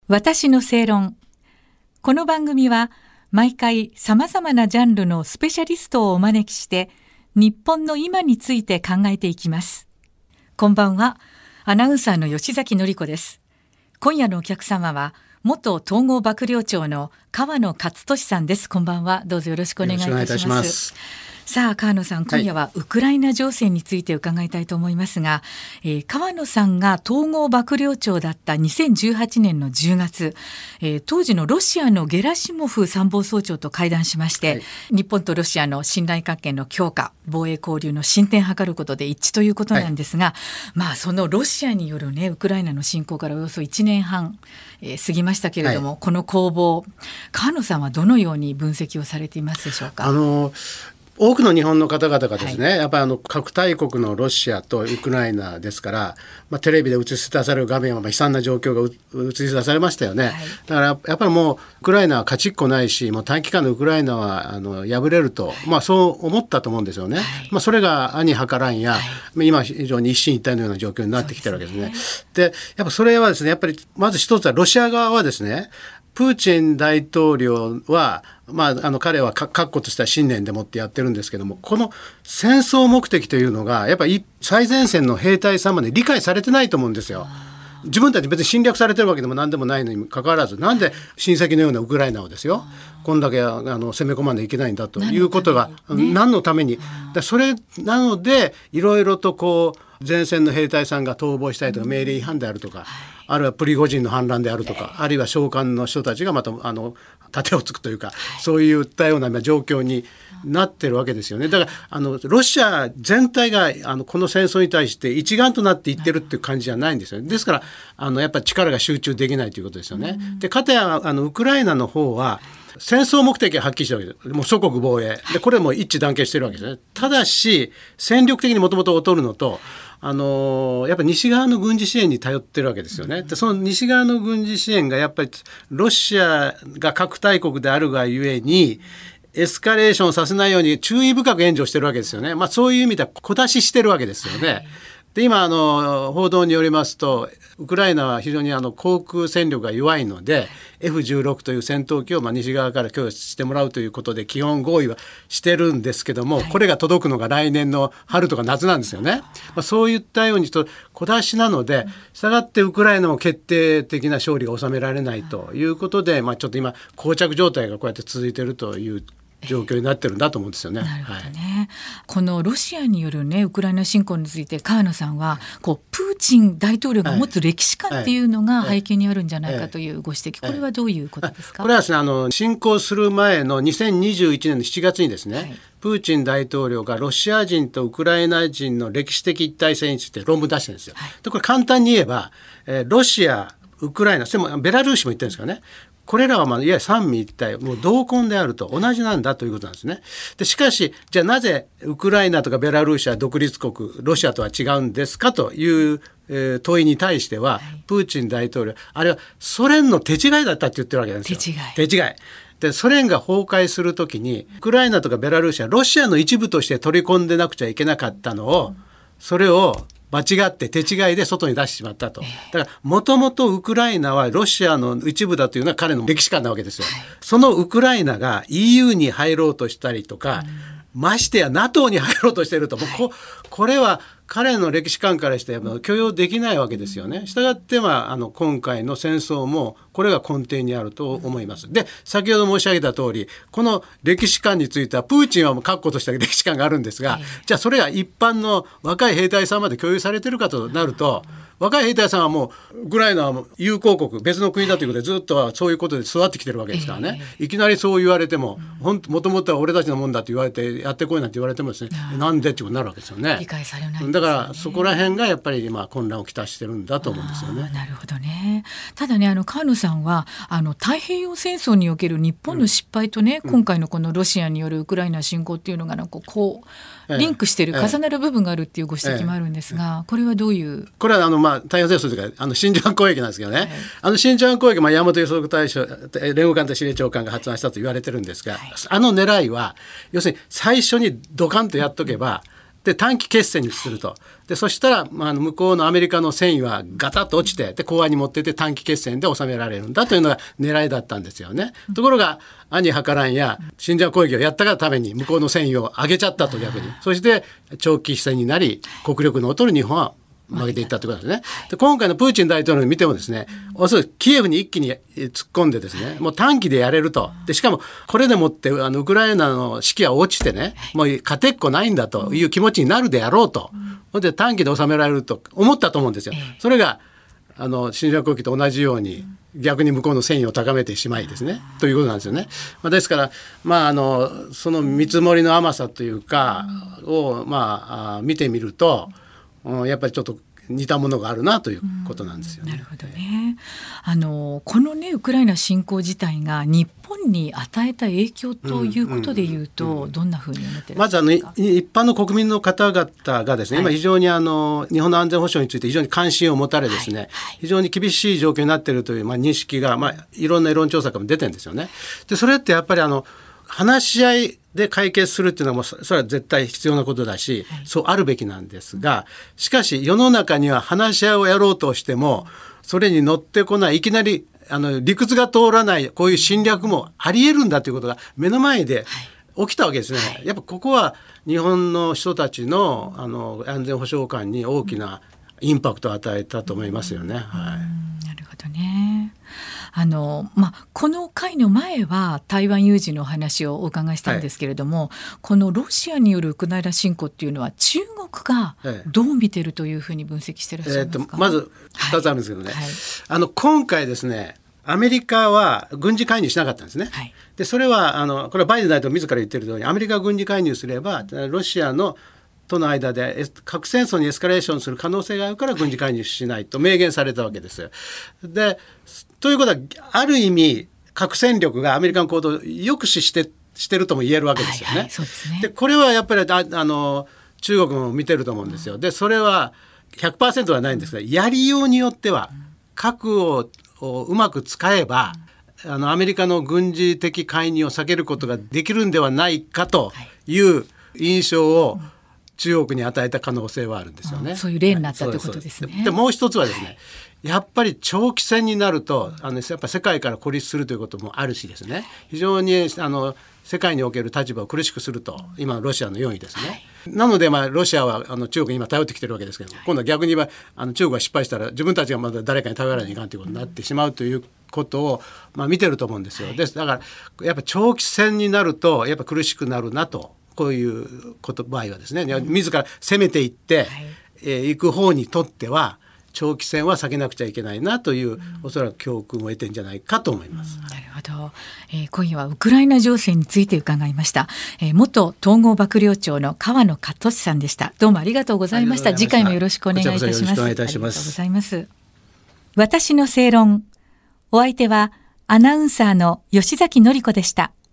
私の正論。この番組は毎回様々なジャンルのスペシャリストをお招きして日本の今について考えていきます。こんばんは、アナウンサーの吉崎紀子です。今夜のお客様は元統合幕僚長の川野勝利さんです。こんばんは、どうぞよろしくお願いいたします。さあ川野さん、今夜はウクライナ情勢について伺いたいと思いますが、川野さんが統合幕僚長だった2018年の10月、当時のロシアのゲラシモフ参謀総長と会談しまして、日本とロシアの信頼関係の強化、防衛交流の進展を図ることで一致ということなんですが、そのロシアによるウクライナの侵攻からおよそ1年半、過ぎましたけれども、この攻防、川野さんはどのように分析をされていますでしょうか。 多くの日本の方々がですね、やっぱり核大国のロシアとウクライナですから、テレビで映し出される画面は悲惨な状況が映し出されましたよね。だからやっぱりもうウクライナは勝ちっこないし、もう短期間でウクライナは敗れると、そう思ったと思うんですよね。それが兄はからんや、今非常に一進一退のような状況になってきてるわけですね。で、やっぱそれはですね、やっぱりまず一つはロシア側はですね、プーチン大統領は、彼は確固とした信念でもってやってるんですけども、この戦争目的というのがやっぱり最前線の兵隊さんまで理解されてないと思うんですよ。自分たち別に侵略されてるわけでも何でもないのにもかかわらず、なんで親戚のようなウクライナをですよ、こんだけ攻め込まないといけないんだということが何のために、それなのでいろいろと前線の兵隊さんが逃亡したりとか、命令違反であるとか、あるいはプリゴジンの反乱であるとか、あるいは将官の人たちがまた盾をつくというか、そういったような状況になってるわけですよね。だからロシア全体がこの戦争に対して一丸となっていってるっていう感じじゃないんですよね。ですからやっぱり力が集中できないということですよね。で、かたやウクライナの方は戦争目的ははっきりしてるわけです。もう祖国防衛で、これも一致団結してるわけですね。ただし戦力的にもともと劣るのと、やっぱり西側の軍事支援に頼ってるわけですよね。で、その西側の軍事支援がやっぱりロシアが核大国であるがゆえにエスカレーションさせないように注意深く援助してるわけですよね。そういう意味では小出ししてるわけですよね。で、今報道によりますと、ウクライナは非常に航空戦力が弱いので F16 という戦闘機を西側から供与してもらうということで基本合意はしてるんですけども、これが届くのが来年の春とか夏なんですよね。そういったように小出しなので、したがってウクライナも決定的な勝利が収められないということで、ちょっと今膠着状態がこうやって続いているという状況になってるんだと思うんですよね。 なるほどね。このロシアによるウクライナ侵攻について川野さんはプーチン大統領が持つ歴史観っていうのが背景にあるんじゃないかというご指摘、これはどういうことですか。 これはですね、侵攻する前の2021年の7月にですね、プーチン大統領がロシア人とウクライナ人の歴史的一体性について論文出してるんですよ。で、これ簡単に言えば、ロシア、ウクライナ、それもベラルーシも言ってるんですからね、これらはいわゆる三位一体、もう同根であると、同じなんだということなんですね。で、しかしじゃあなぜウクライナとかベラルーシは独立国、ロシアとは違うんですかという問いに対しては、プーチン大統領、あれはソ連の手違いだったって言ってるわけなんですよ。手違いで、ソ連が崩壊するときにウクライナとかベラルーシはロシアの一部として取り込んでなくちゃいけなかったのを、それを間違って手違いで外に出してしまったと。だからもともとウクライナはロシアの一部だというのは彼の歴史観なわけですよ。そのウクライナが EU に入ろうとしたりとか、ましてや NATO に入ろうとしていると、これは彼の歴史観からして許容できないわけですよね。したがって今回の戦争もこれが根底にあると思います。で、先ほど申し上げた通り、この歴史観についてはプーチンは確固とした歴史観があるんですが、じゃあそれが一般の若い兵隊さんまで共有されているかとなると、若い兵隊さんはもうウクライナは友好国、別の国だということでずっとそういうことで育ってきてるわけですからね、いきなりそう言われても、もともとは俺たちのもんだと言われてやってこいなんて言われてもですね、なんでってことになるわけですよね。 理解されないですよね。 だからそこら辺がやっぱり混乱をきたしてるんだと思うんですよね。 なるほどね。ただね、川野さんは太平洋戦争における日本の失敗とね、今回のこのロシアによるウクライナ侵攻っていうのがリンクしている、重なる部分があるっていうご指摘もあるんですが、これはどういう。 これは太平洋戦争というか真珠湾攻撃なんですけどね、真珠湾攻撃、大和予測大将連合艦隊司令長官が発案したと言われてるんですが、狙いは要するに最初にドカンとやっとけばで短期決戦にすると。でそしたら、向こうのアメリカの戦意はガタッと落ちて、で講和に持っていって短期決戦で収められるんだというのが狙いだったんですよね。ところが兄はからんや真珠湾攻撃をやったがために向こうの戦意を上げちゃったと、逆にそして長期戦になり国力の劣る日本は負けていったということですね。で今回のプーチン大統領を見てもですね、おそらくキエフに一気に突っ込んでですね、もう短期でやれると。でしかもこれでもってウクライナの士気は落ちてね、もう勝てっこないんだという気持ちになるであろうと。で短期で収められると思ったと思うんですよ。それが真珠湾攻撃と同じように逆に向こうの戦意を高めてしまいですね、ということなんですよね。ですから、その見積もりの甘さというかを、見てみると、やっぱりちょっと似たものがあるなということなんですよね。 なるほどね。このねウクライナ侵攻自体が日本に与えた影響ということでいうと、どんなふうに思っていらっしゃいますか？ まず一般の国民の方々がですね、今非常に日本の安全保障について非常に関心を持たれですね、非常に厳しい状況になっているという、認識が、いろんな世論調査からも出てるんですよね。でそれってやっぱり話し合いで解決するっていうのはそれは絶対必要なことだし、そうあるべきなんですが、しかし世の中には話し合いをやろうとしてもそれに乗ってこない、いきなり理屈が通らないこういう侵略もあり得るんだということが目の前で起きたわけですね。やっぱここは日本の人たちの安全保障観に大きなインパクトを与えたと思いますよね。 なるほどね。この回の前は台湾有事の話をお伺いしたんですけれども、このロシアによるウクライナ侵攻っていうのは中国がどう見てるというふうに分析してらっしゃいますか？ まず2つあるんですけどね、今回ですねアメリカは軍事介入しなかったんですね。でそれはこれはバイデン大統領自ら言っているように、アメリカが軍事介入すればロシアとの間で核戦争にエスカレーションする可能性があるから軍事介入しないと明言されたわけです。でということはある意味核戦力がアメリカの行動を抑止してるとも言えるわけですよね。 そうですね。 でこれはやっぱり中国も見てると思うんですよ。でそれは 100% はないんですが、やりようによっては核をうまく使えばアメリカの軍事的介入を避けることができるんではないかという印象を中国に与えた可能性はあるんですよね。 そういう例になったということですね。 でもう一つはですね、やっぱり長期戦になるとやっぱ世界から孤立するということもあるしですね、非常に世界における立場を苦しくすると、今ロシアのようにですね、なのでロシアは中国に今頼ってきてるわけですけど、今度は逆に言えば中国が失敗したら自分たちがまだ誰かに頼らないといかんということになってしまうということを見てると思うんですよ。だからやっぱ長期戦になるとやっぱ苦しくなるなと、こういう場合はですね、自ら攻めていっていく方にとっては長期戦は避けなくちゃいけないなという、おそらく教訓を得てんじゃないかと思います。 なるほど。今夜はウクライナ情勢について伺いました。元統合幕僚長の川野勝利さんでした。どうもありがとうございました。次回もよろしくお願いいたします。 よろしくお願いいたします。 ありがとうございます。私の正論。お相手はアナウンサーの吉崎典子でした。